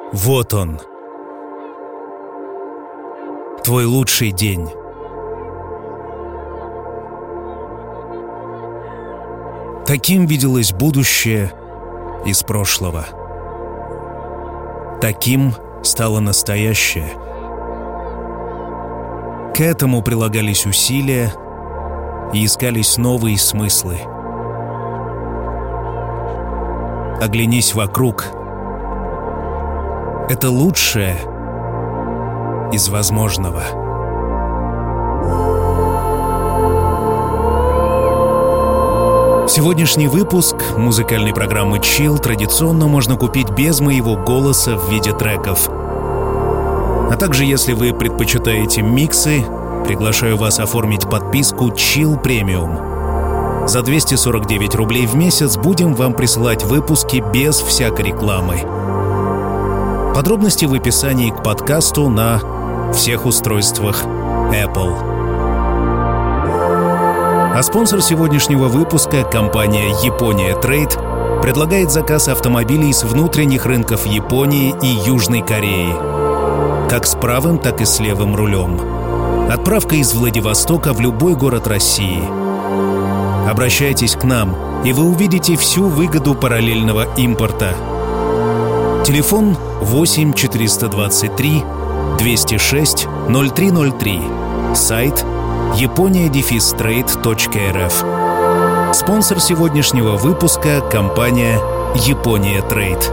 Вот он, твой лучший день. Таким виделось будущее из прошлого. Таким стало настоящее. К этому прилагались усилия и искались новые смыслы. Оглянись вокруг. Это лучшее из возможного. Сегодняшний выпуск музыкальной программы Chill традиционно можно купить без моего голоса в виде треков. А также, если вы предпочитаете миксы, приглашаю вас оформить подписку Chill Premium. За 249 рублей в месяц будем вам присылать выпуски без всякой рекламы. Подробности в описании к подкасту на всех устройствах Apple. А спонсор сегодняшнего выпуска, компания Япония Трейд, предлагает заказ автомобилей с внутренних рынков Японии и Южной Кореи. Как с правым, так и с левым рулем. Отправка из Владивостока в любой город России. Обращайтесь к нам, и вы увидите всю выгоду параллельного импорта. Телефон 8 423 206 0303. Сайт japonia-trade.rf. Спонсор сегодняшнего выпуска — компания Япония Трейд.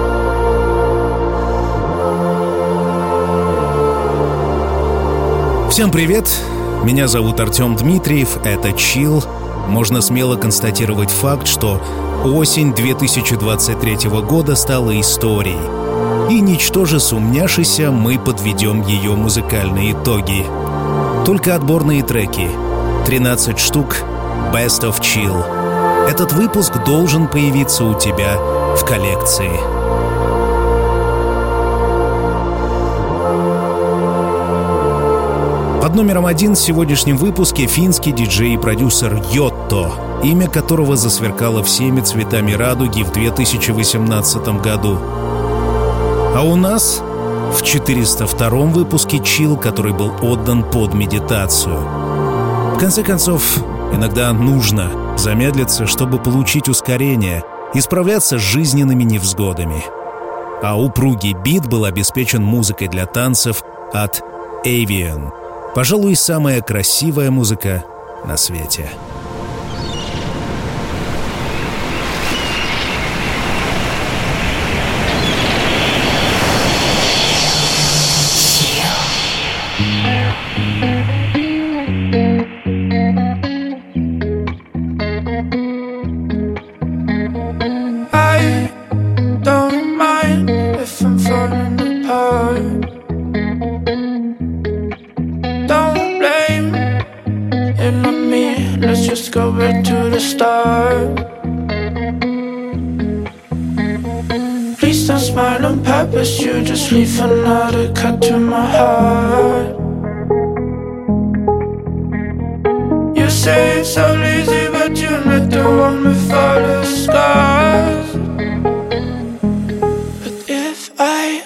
Всем привет! Меня зовут Артем Дмитриев, это Chill. Можно смело констатировать факт, что осень 2023 года стала историей. И, ничтоже сумняшися, мы подведем ее музыкальные итоги. Только отборные треки. 13 штук Best of Chill. Этот выпуск должен появиться у тебя в коллекции. Под номером 1 в сегодняшнем выпуске финский диджей и продюсер Йотто, имя которого засверкало всеми цветами радуги в 2018 году. А у нас в 402-м выпуске Chill, который был отдан под медитацию. В конце концов, иногда нужно замедлиться, чтобы получить ускорение и справляться с жизненными невзгодами. А упругий бит был обеспечен музыкой для танцев от Avian. Пожалуй, самая красивая музыка на свете. Go back to the start. Please don't smile on purpose. You just leave another cut to my heart. You say it's so easy, but you're not the one with all the scars. But if I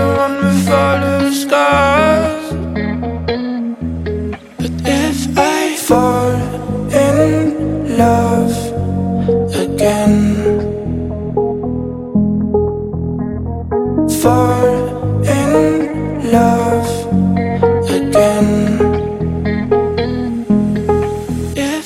I love again. Fall in love again. If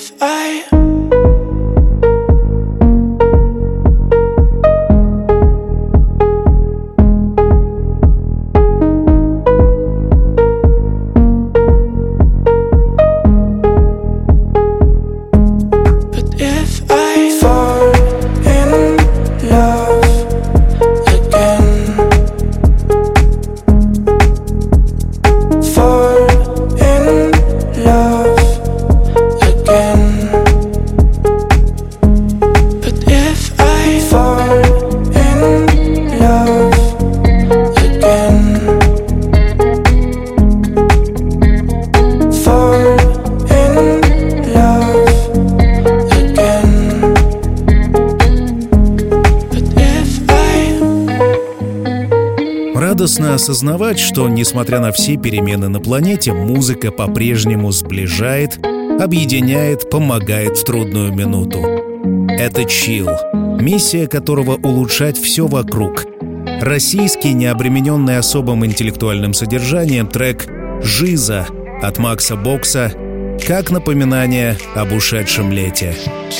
Радостно осознавать, что, несмотря на все перемены на планете, музыка по-прежнему сближает, объединяет, помогает в трудную минуту. Это Chill, миссия которого — улучшать все вокруг. Российский, не обремененный особым интеллектуальным содержанием, трек «Жиза» от Макса Бокса, как напоминание об ушедшем лете.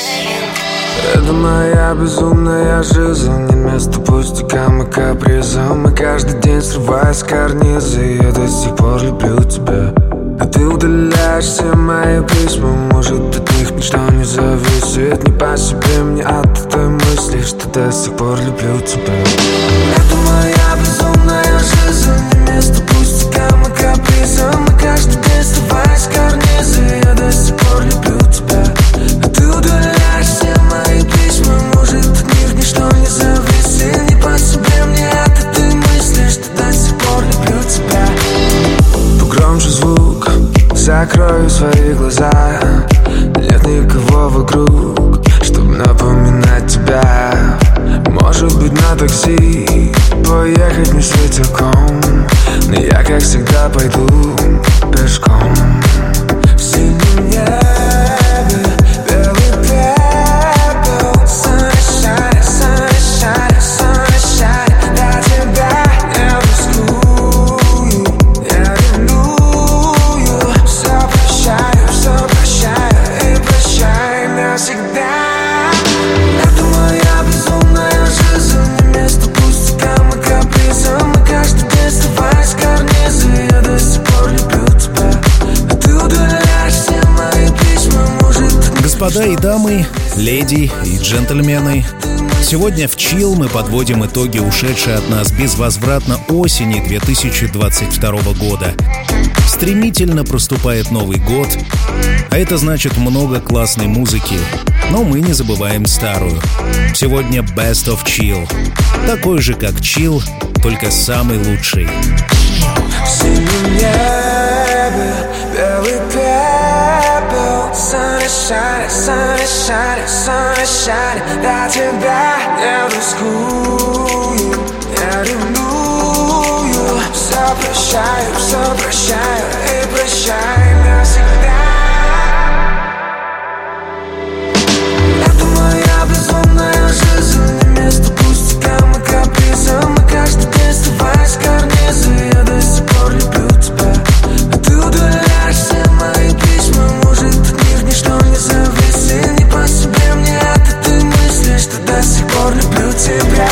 Это моя безумная жизнь, не место пустякам и капризам. И каждый день срываю с карниза, и я до сих пор люблю тебя. А ты удаляешь все мои письма, может от них ничто не зависит. Не по себе мне от той мысли, что до сих пор люблю тебя. Это моя безумная жизнь, не место пустякам и капризам. И каждый день срываю с карниза, и я до сих пор люблю тебя. А ты удаляешь все мои письма, может от них ничто не зависит. Не по себе мне от этой мысли, что до сих пор люблю тебя. Погромче звук, закрою свои глаза. Нет никого вокруг, чтобы напоминать тебя. Может быть, на такси поехать не светилком, но я, как всегда, пойду пешком. В синем небе белый пепел. Sunshine, sunshine, sunshine. Для тебя я рискую, я ревную. Все прощаю и прощай навсегда. Это моя безумная жизнь, не место пустякам и капризам. И каждый день срываю с карниза, я до сих пор люблю тебя. А ты удаляешь все мои письма, может. Господа и дамы, леди и джентльмены, сегодня в Chill мы подводим итоги ушедшей от нас безвозвратно осени 2022 года. Стремительно проступает Новый год, а это значит много классной музыки, но мы не забываем старую. Сегодня Best of Chill, такой же как Chill, только самый лучший. В синем небе белый пепел. Sunshine, sunshine, sunshine. Для тебя я рискую, я ревную. Все прощаю и прощай навсегда. Это моя безумная жизнь, не место пустякам и капризам. И каждый день срываю с карниза, я до сих пор люблю тебя. А ты удаляешь все мои письма, может от них ничто не зависит. Не по себе мне от этой мысли, что до сих пор люблю тебя.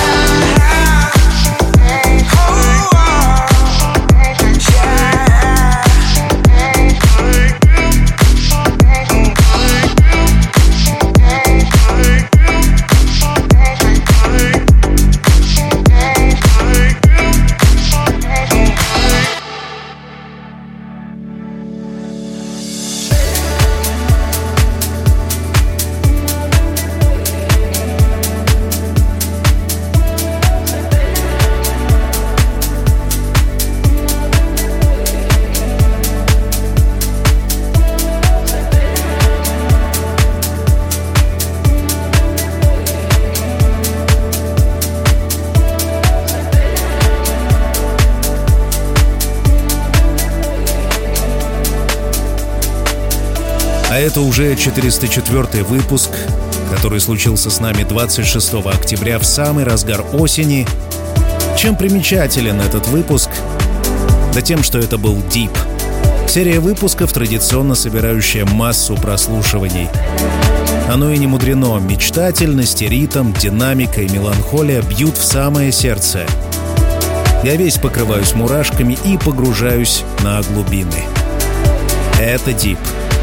это уже 404-й выпуск, который случился с нами 26 октября в самый разгар осени. Чем примечателен этот выпуск? Да тем, что это был Deep. Серия выпусков, традиционно собирающая массу прослушиваний. Оно и не мудрено. Мечтательность, ритм, динамика и меланхолия бьют в самое сердце. Я весь покрываюсь мурашками и погружаюсь на глубины. Это Deep.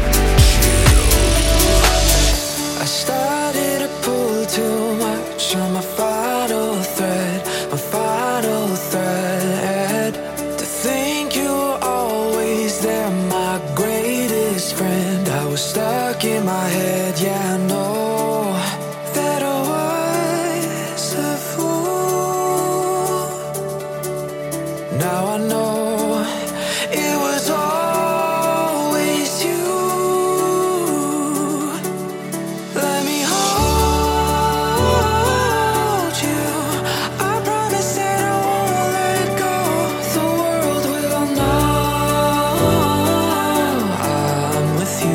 In my head, yeah, I know that I was a fool. Now I know it was always you. Let me hold you. I promise that I won't let go. The world will know I'm with you.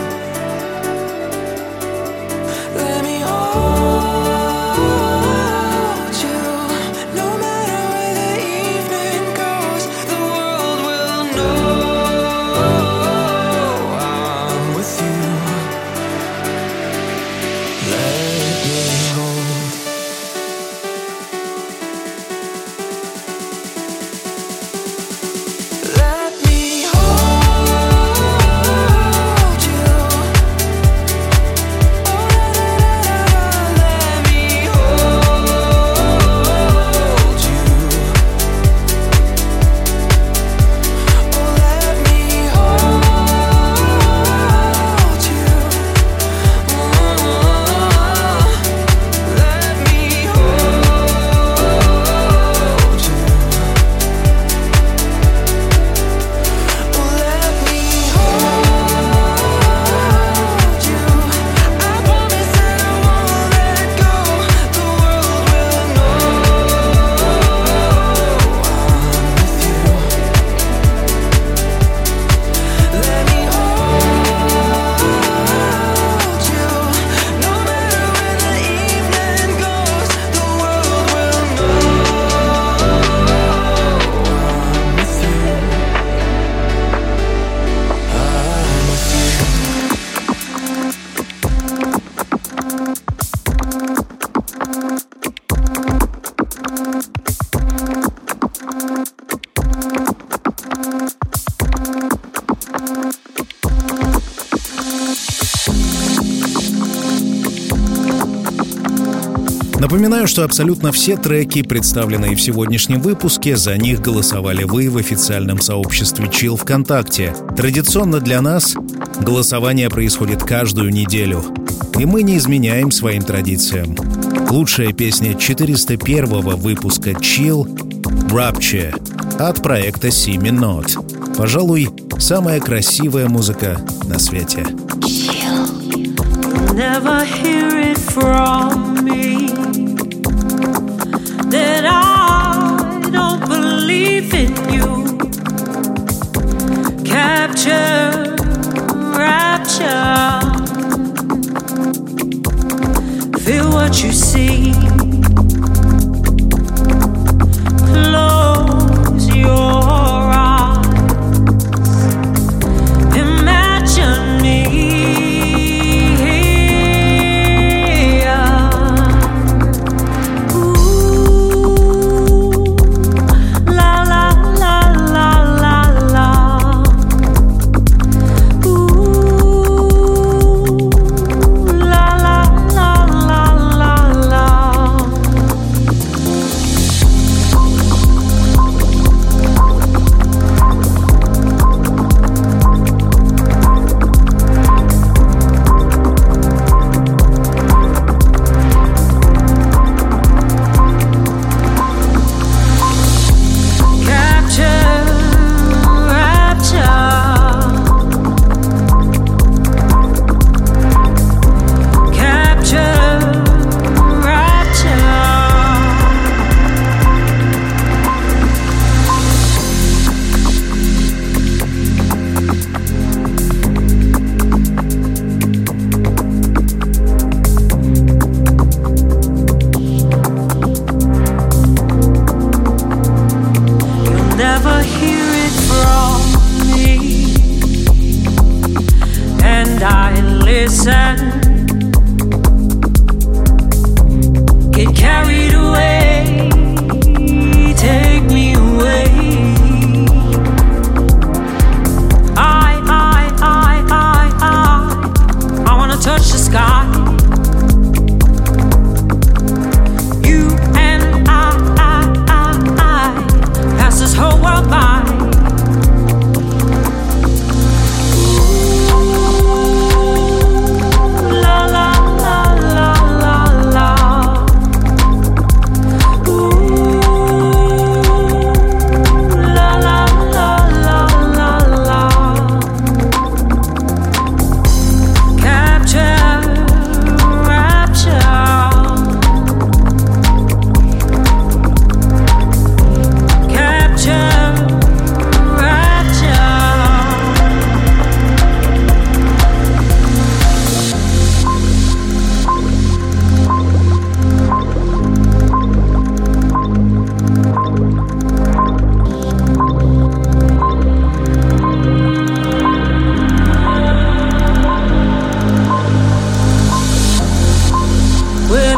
Напоминаю, что абсолютно все треки, представленные в сегодняшнем выпуске, за них голосовали вы в официальном сообществе Chill ВКонтакте. Традиционно для нас голосование происходит каждую неделю, и мы не изменяем своим традициям. Лучшая песня 401-го выпуска Chill — Rapture от проекта Simi Not. Пожалуй, самая красивая музыка на свете. Never hear it from me that I don't believe in you. Capture, rapture, feel what you see. Close your eyes, imagine me.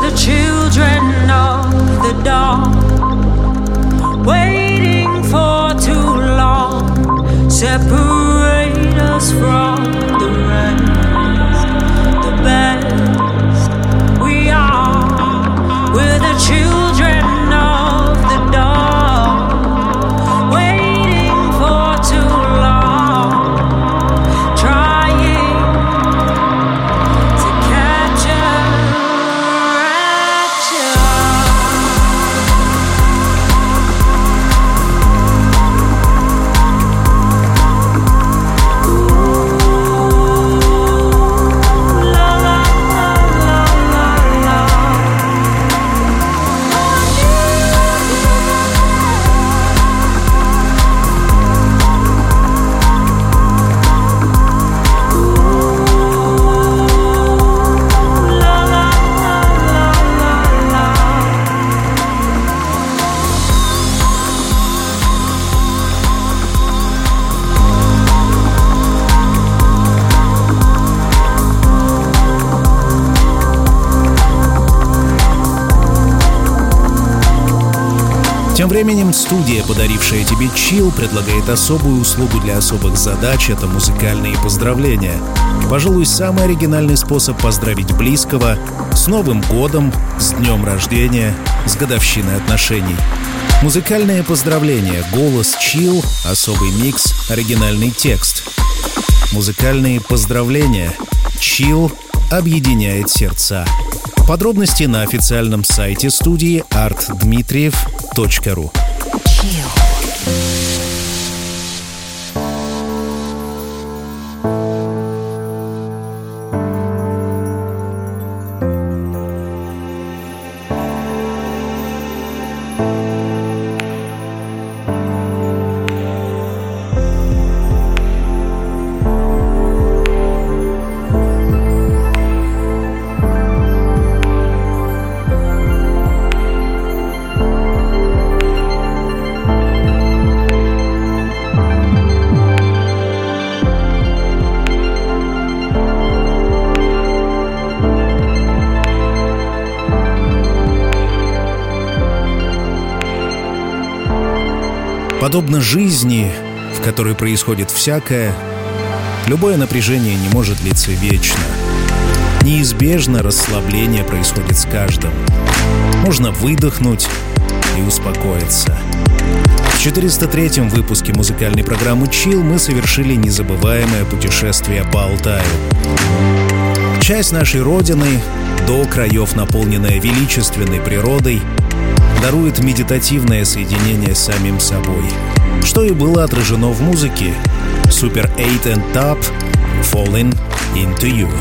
the children of the dawn, waiting for too long, separate us from the rest, the best we are. We're the children of the dawn, waiting for too long, trying to catch a rapture. Тем временем студия, подарившая тебе чилл, предлагает особую услугу для особых задач — это музыкальные поздравления. Пожалуй, самый оригинальный способ поздравить близкого с Новым годом, с днем рождения, с годовщиной отношений. Музыкальные поздравления, голос, чилл, особый микс, оригинальный текст. Музыкальные поздравления, чилл объединяет сердца. Подробности на официальном сайте студии artdmitriev.ru. Подобно жизни, в которой происходит всякое, любое напряжение не может длиться вечно. Неизбежно расслабление происходит с каждым. Можно выдохнуть и успокоиться. В 403-м выпуске музыкальной программы «Chill» мы совершили незабываемое путешествие по Алтаю. Часть нашей родины, до краев наполненная величественной природой, дарует медитативное соединение с самим собой, что и было отражено в музыке Super 8 and Top «Falling Into You».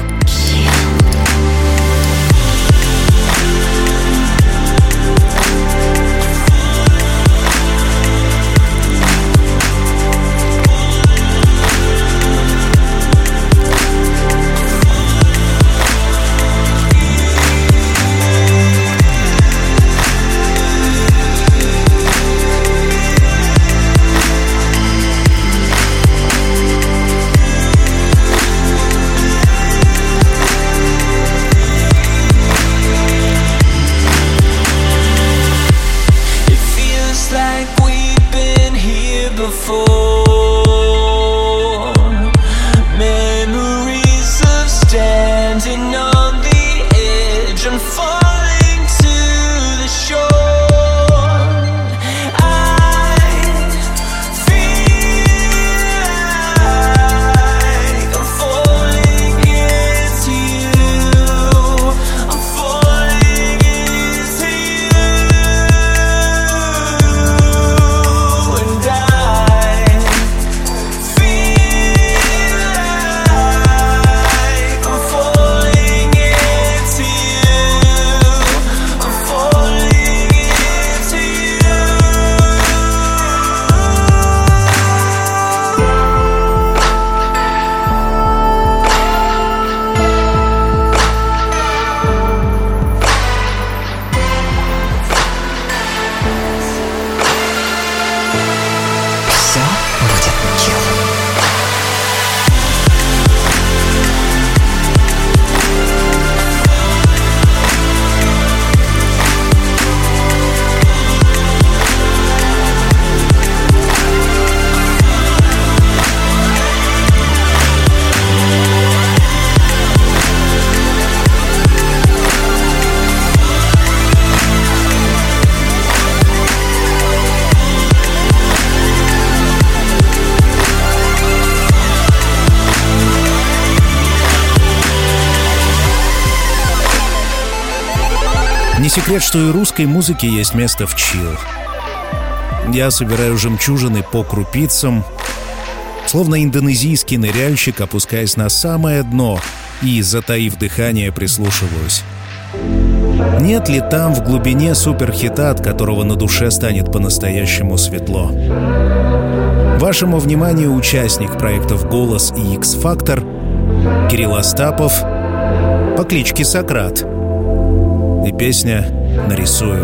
Не секрет, что и русской музыке есть место в чилл. Я собираю жемчужины по крупицам, словно индонезийский ныряльщик, опускаясь на самое дно и, затаив дыхание, прислушиваюсь. Нет ли там в глубине суперхита, от которого на душе станет по-настоящему светло? Вашему вниманию участник проектов «Голос» и «X-Factor» Кирилл Остапов по кличке Сократ. И песня «Нарисую».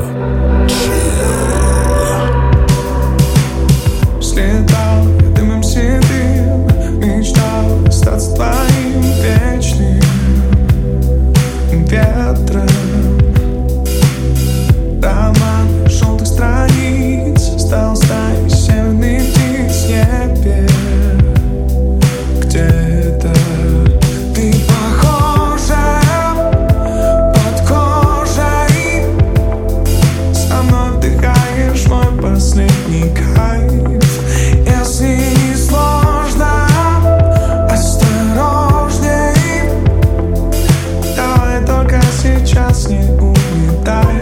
Слетал дымом седым, мечтал остаться твоим вечным ветром. Роман желтых страниц стал стаей северных птиц в небе. Где-то ты похожа под кожей, со мной вдыхаешь мой последний кайф. Если не сложно, осторожней, давай только сейчас не улетай.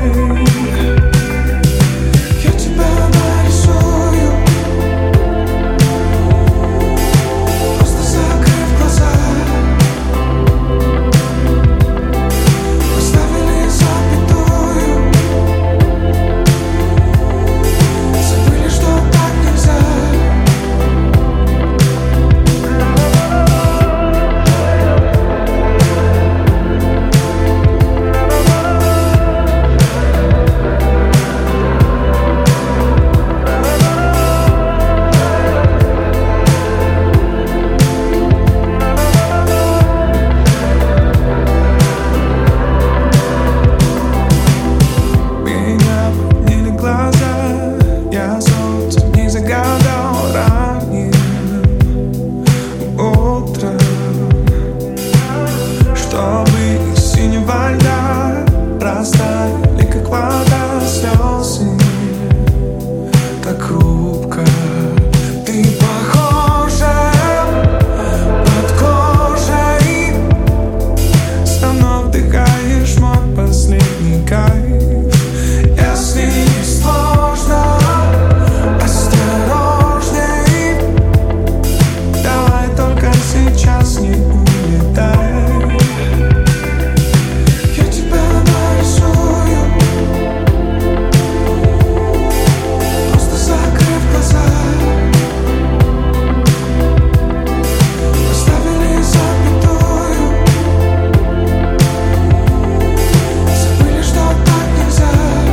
Я тебя нарисую, просто закрыв глаза. Поставили запятую, забыли, что так нельзя. Меня подняли глаза, я солнце не загадал ранним утром, чтобы из синего льда растаяли, как вода, слезы, так хрупко. Ты похожа под кожей, со мной вдыхаешь мой последний кайф. Если не сложно, осторожней, давай только сейчас не улетай. Я тебя нарисую, просто закрыв глаза. Поставили запятую, забыли, что так нельзя.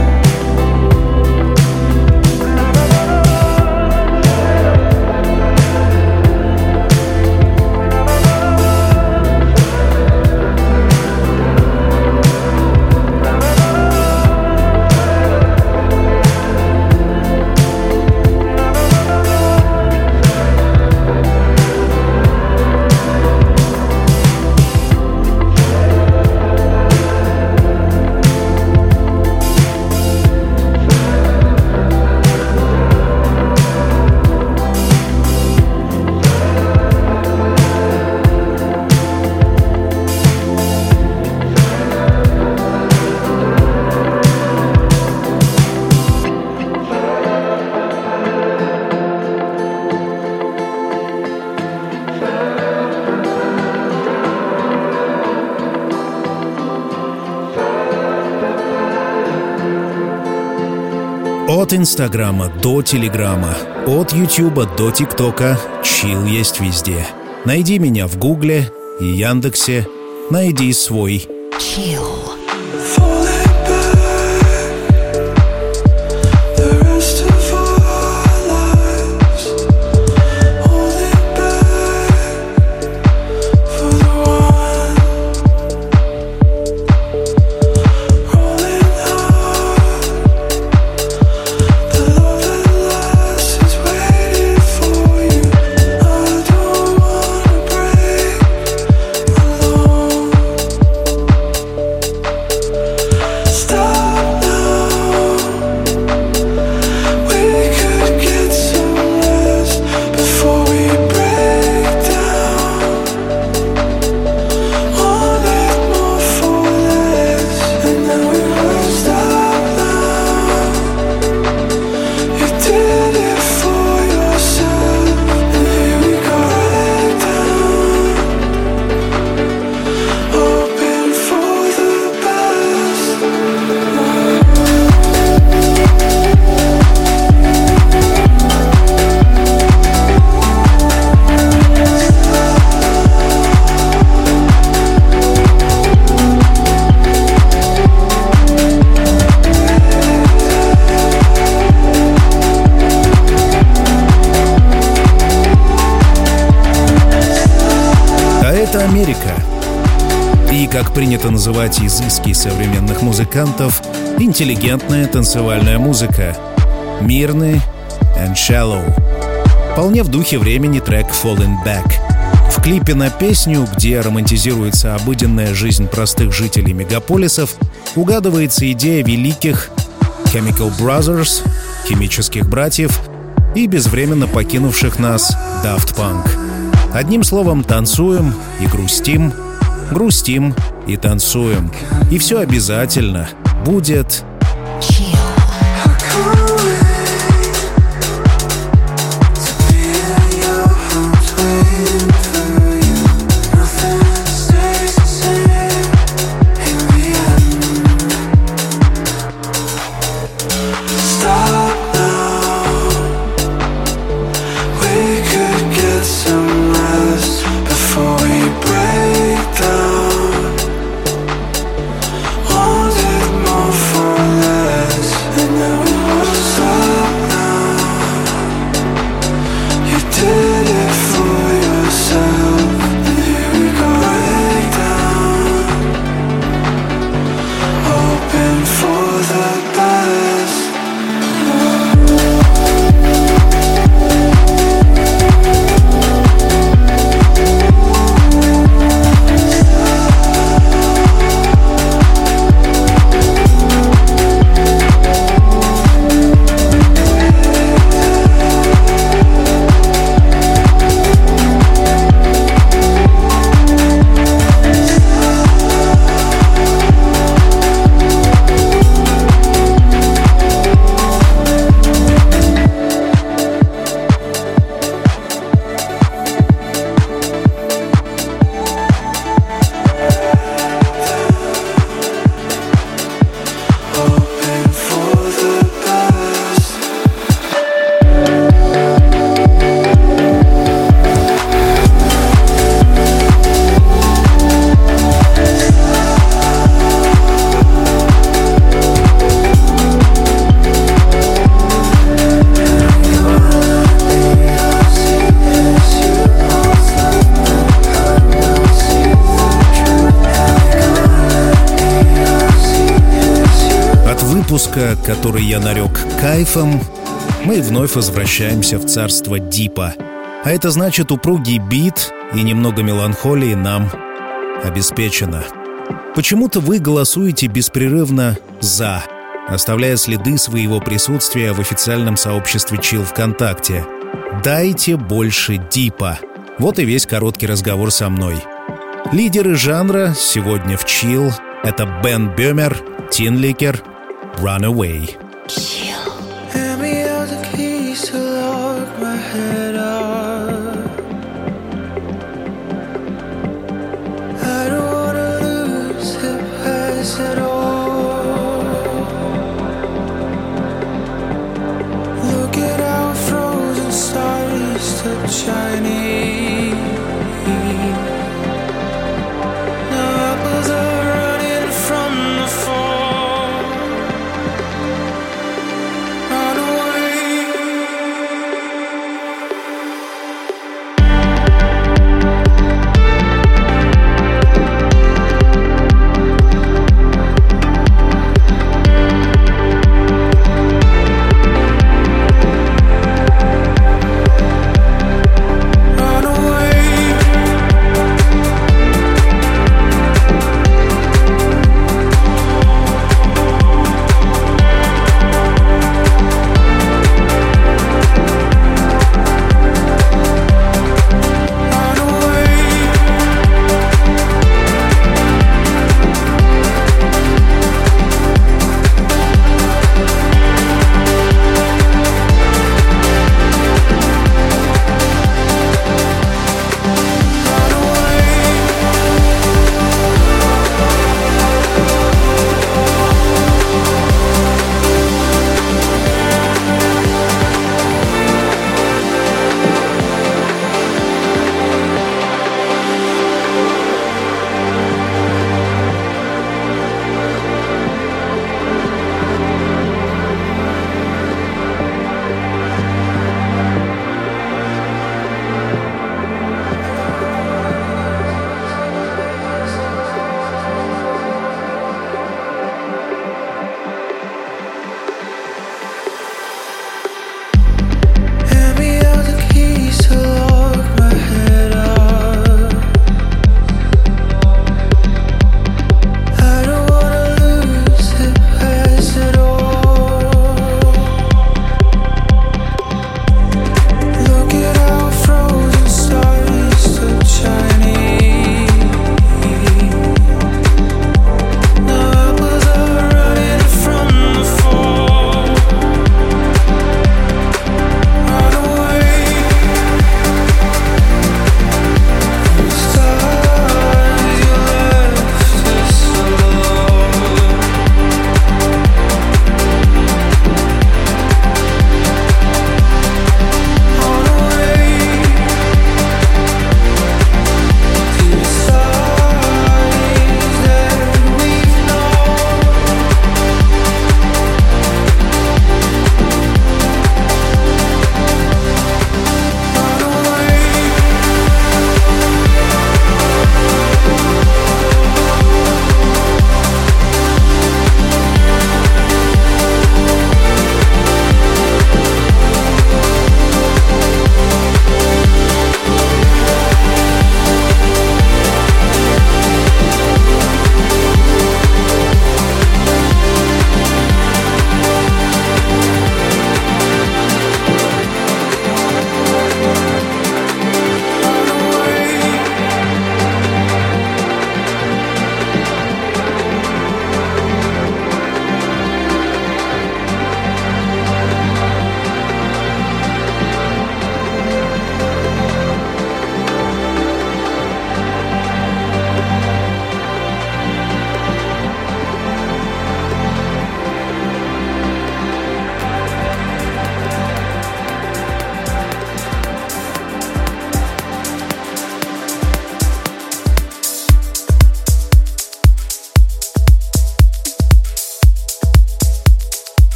От Инстаграма до Телеграма, от Ютуба до ТикТока, чилл есть везде. Найди меня в Гугле и Яндексе, найди свой чилл. принято называть изыски современных музыкантов, интеллигентная танцевальная музыка. Мирный and Shallow. Вполне в духе времени трек Falling Back. В клипе на песню, где романтизируется обыденная жизнь простых жителей мегаполисов, угадывается идея великих Chemical Brothers, химических братьев, и безвременно покинувших нас Daft Punk. Одним словом, танцуем и грустим, грустим и танцуем. И все обязательно будет выпуска, который я нарек кайфом, мы вновь возвращаемся в царство дипа. А это значит, упругий бит и немного меланхолии нам обеспечено. Почему-то вы голосуете беспрерывно «за», оставляя следы своего присутствия в официальном сообществе Chill ВКонтакте. Дайте больше дипа. Вот и весь короткий разговор со мной. Лидеры жанра сегодня в Chill — это Бен Бёмер, Tinlicker, Runaway.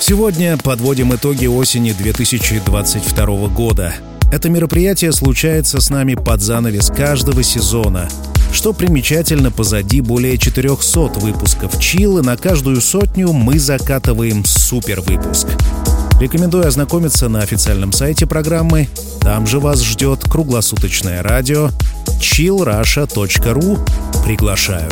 Сегодня подводим итоги осени 2022 года. Это мероприятие случается с нами под занавес каждого сезона. Что примечательно, позади более 400 выпусков чилл, и на каждую сотню мы закатываем супер-выпуск. Рекомендую ознакомиться на официальном сайте программы. Там же вас ждет круглосуточное радио chillrusha.ru. Приглашаю.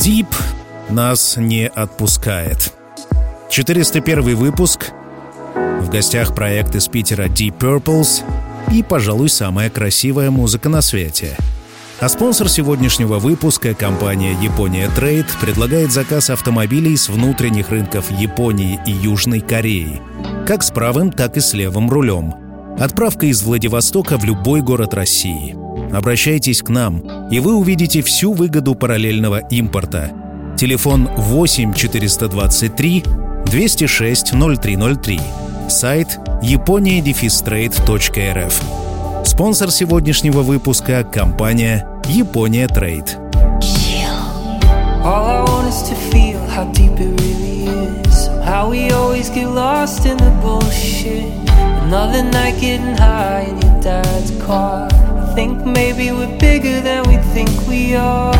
Deep нас не отпускает. 401 выпуск. В гостях проект из Питера Deep Purples и, пожалуй, самая красивая музыка на свете. А спонсор сегодняшнего выпуска, компания Япония Трейд, предлагает заказ автомобилей с внутренних рынков Японии и Южной Кореи, как с правым, так и с левым рулем. Отправка из Владивостока в любой город России. Обращайтесь к нам, и вы увидите всю выгоду параллельного импорта. Телефон 8 423 206 0303. Сайт yaponia-trade.rf. Спонсор сегодняшнего выпуска — компания Япония Трейд. All I want is to feel how deep it really is. How we always get lost in the bullshit. Another night getting high in your dad's car. I think maybe we're bigger than we think we are.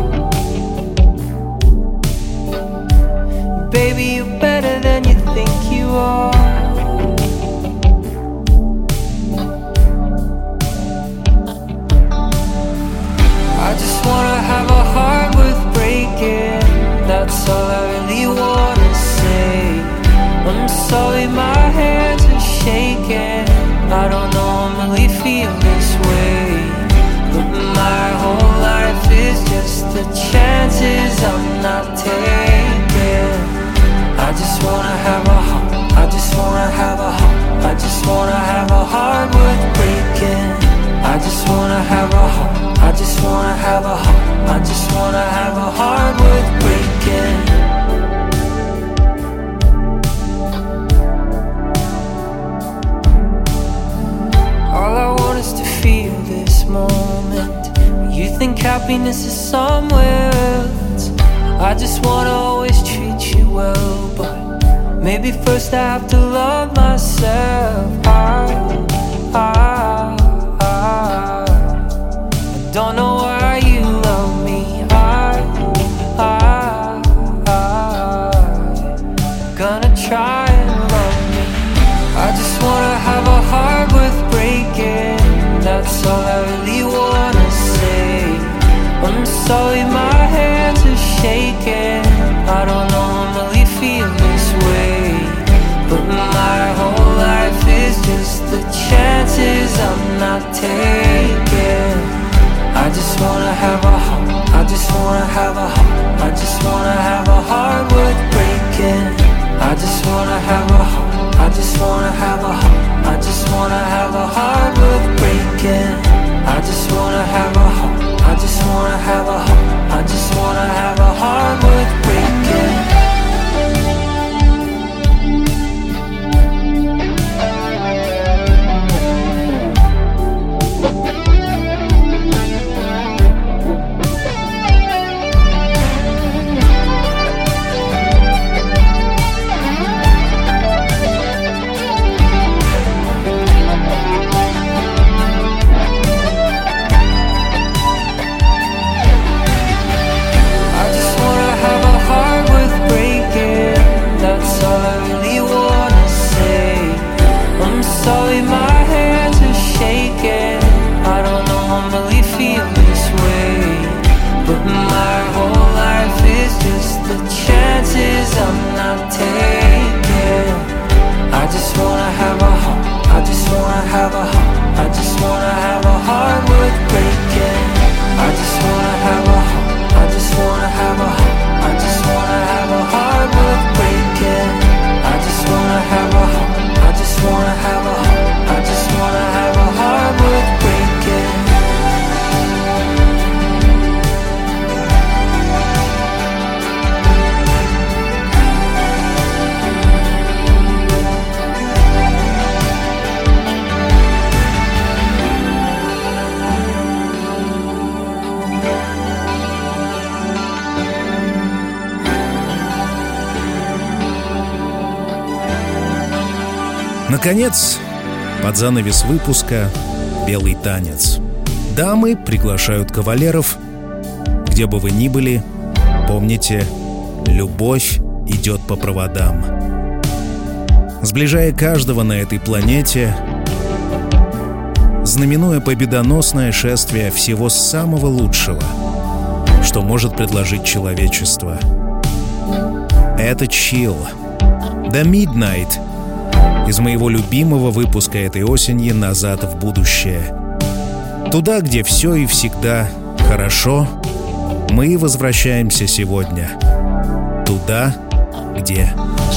Baby, you're better than you think you are. I just wanna have a heart worth breaking. That's all I really wanna say. I'm sorry my hands are shaking. I don't normally feel this way, but my whole life is just the chances I'm not taking. I just wanna have a heart. I just wanna have a heart. I just wanna have a heart worth breaking. I just wanna have a heart. I just wanna have a heart. I just wanna have a heart worth breaking. All I want is to feel this moment. You think happiness is somewhere else. I just wanna always treat you well, but maybe first I have to love myself. I don't know why you love me. Gonna try and love me. I just wanna have a heart worth breaking. That's all I really wanna say. I'm sorry my hands are shaking. I don't normally feel this way, but my whole life is just the chances I'm not taking. I just wanna have a heart. I just wanna have a heart. I just wanna have a heart worth breaking. I just wanna have a heart. I just wanna have a heart. I just wanna have a heart worth breaking. I just wanna have a heart. I just wanna have a heart. I just wanna have a heart worth breaking. Sorry my hands are shaking. I don't normally feel this way, but my whole life is just the chances I'm not taking. I just wanna have a heart. I just wanna have a heart. I just wanna have a heart worth breaking. I just wanna have a heart. I just wanna have a heart. I just wanna have a heart worth breaking. I just wanna have a heart. I just wanna have a heart. I just wanna have a heart worth breaking. Наконец, под занавес выпуска «Белый танец». Дамы приглашают кавалеров. Где бы вы ни были, помните, любовь идет по проводам. Сближая каждого на этой планете, знаменуя победоносное шествие всего самого лучшего. что может предложить человечество. Это Chill, The Midnight, из моего любимого выпуска этой осени «Назад в будущее». Туда, где все и всегда хорошо, мы возвращаемся сегодня. Туда, где...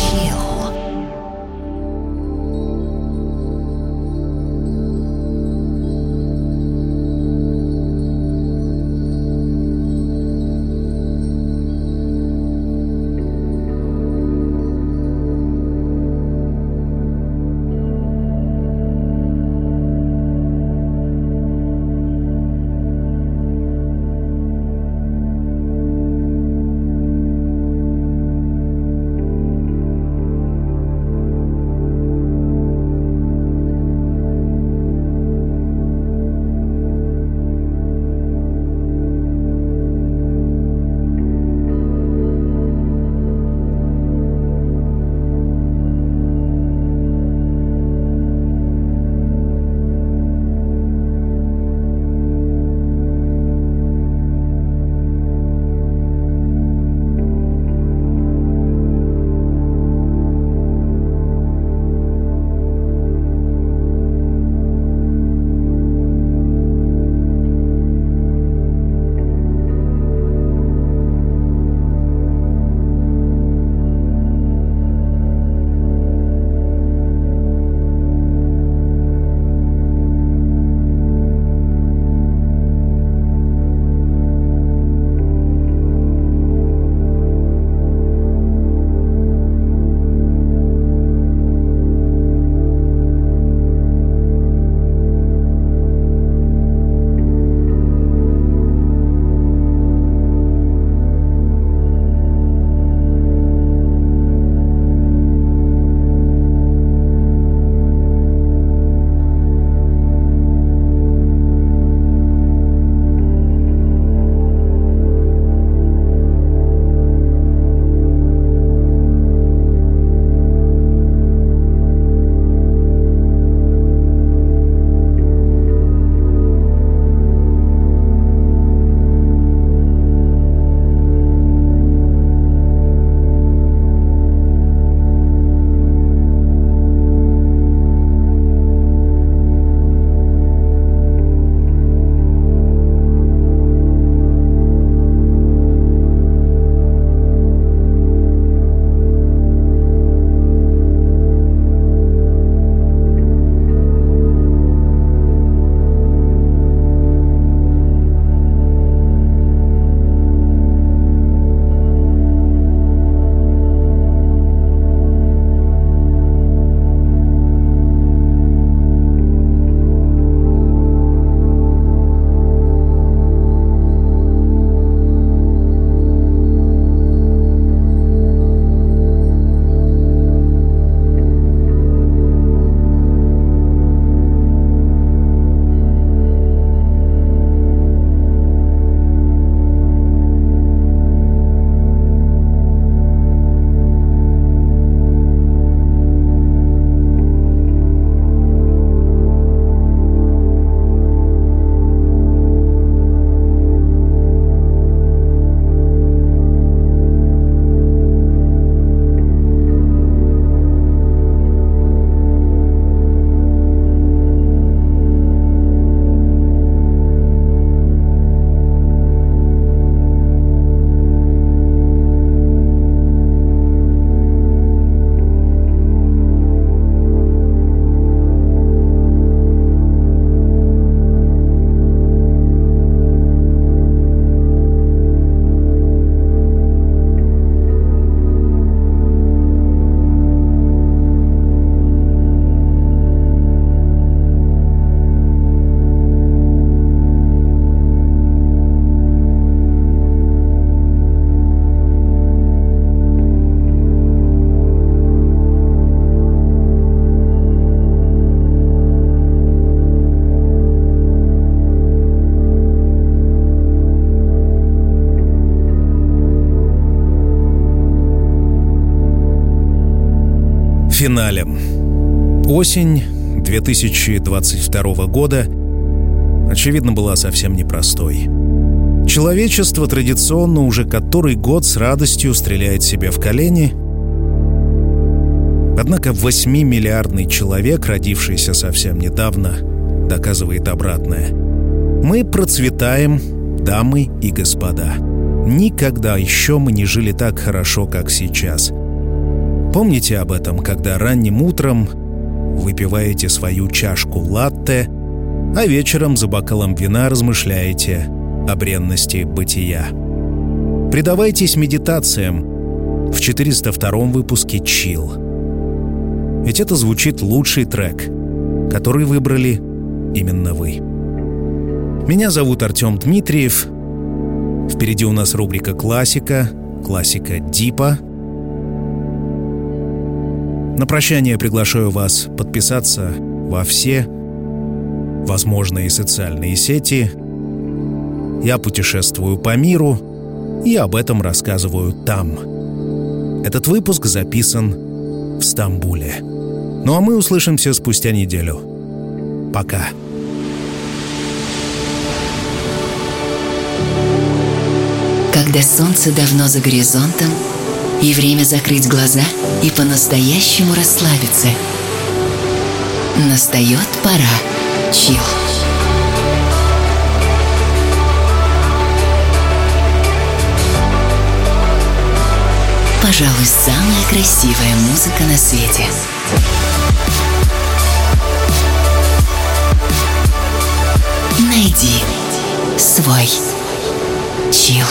финалем. Осень 2022 года, очевидно, была совсем непростой. Человечество традиционно уже который год с радостью стреляет себе в колени. Однако 8-миллиардный человек, родившийся совсем недавно, доказывает обратное. Мы процветаем, дамы и господа. Никогда еще мы не жили так хорошо, как сейчас. Помните об этом, когда ранним утром выпиваете свою чашку латте, а вечером за бокалом вина размышляете о бренности бытия. Предавайтесь медитациям в 402-м выпуске «Чилл». Ведь это звучит лучший трек, который выбрали именно вы. Меня зовут Артем Дмитриев. Впереди у нас рубрика «Классика», классика Дипа. На прощание приглашаю вас подписаться во все возможные социальные сети. Я путешествую по миру и об этом рассказываю там. Этот выпуск записан в Стамбуле. Ну а мы услышимся спустя неделю. Пока. Когда солнце давно за горизонтом, и время закрыть глаза и по-настоящему расслабиться, настает пора чилл. Пожалуй, самая красивая музыка на свете. Найди свой чилл.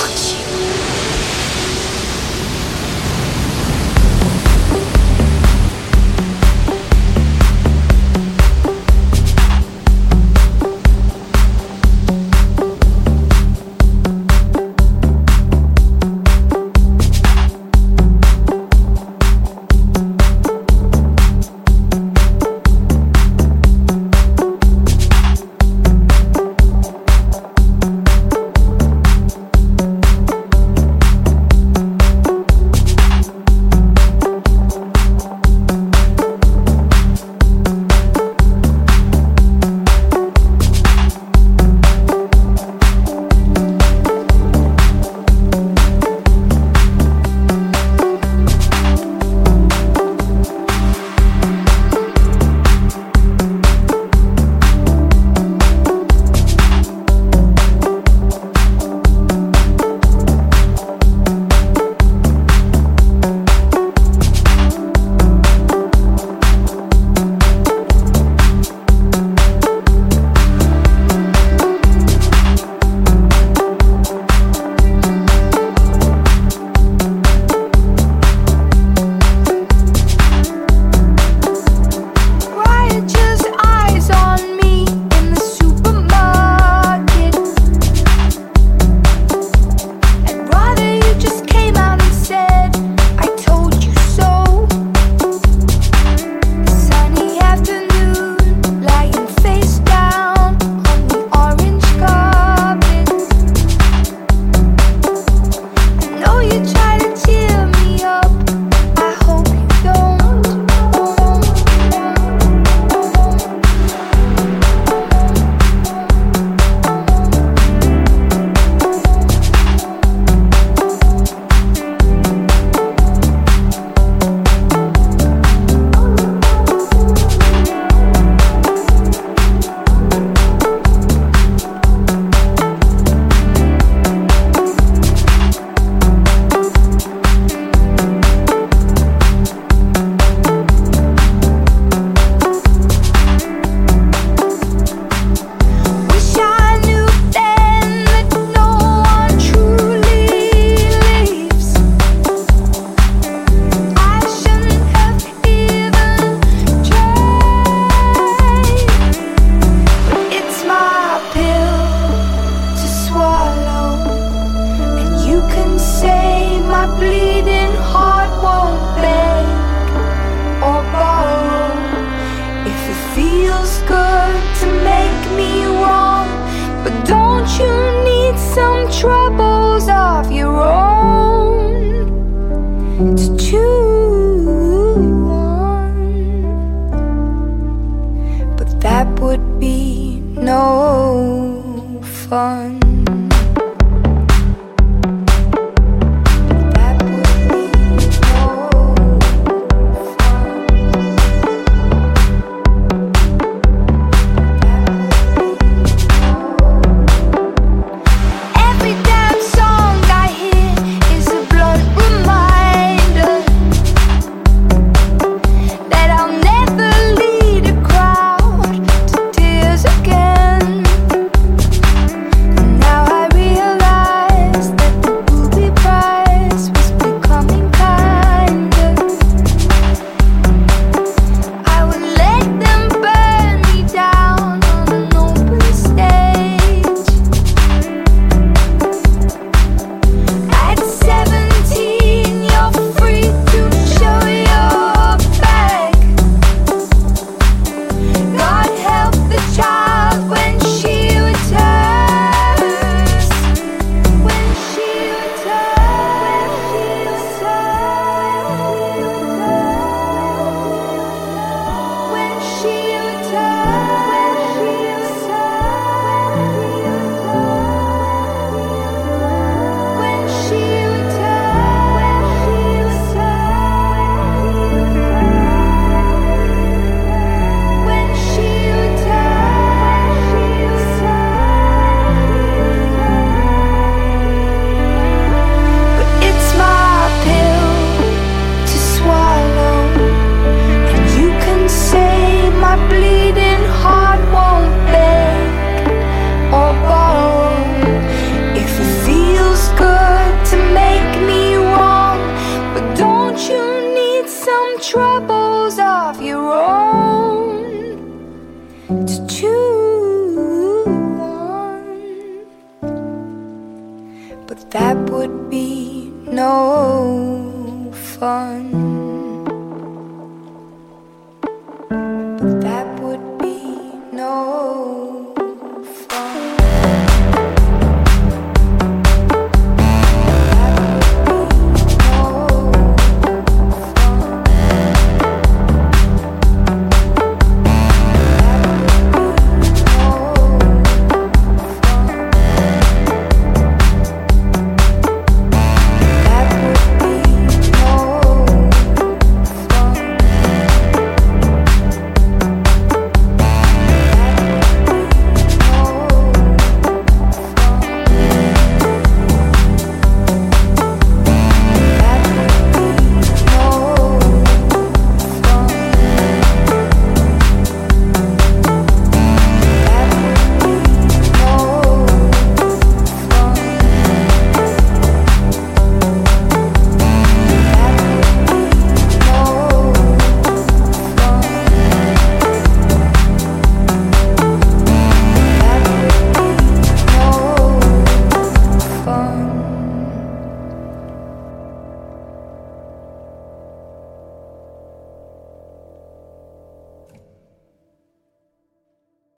no fun.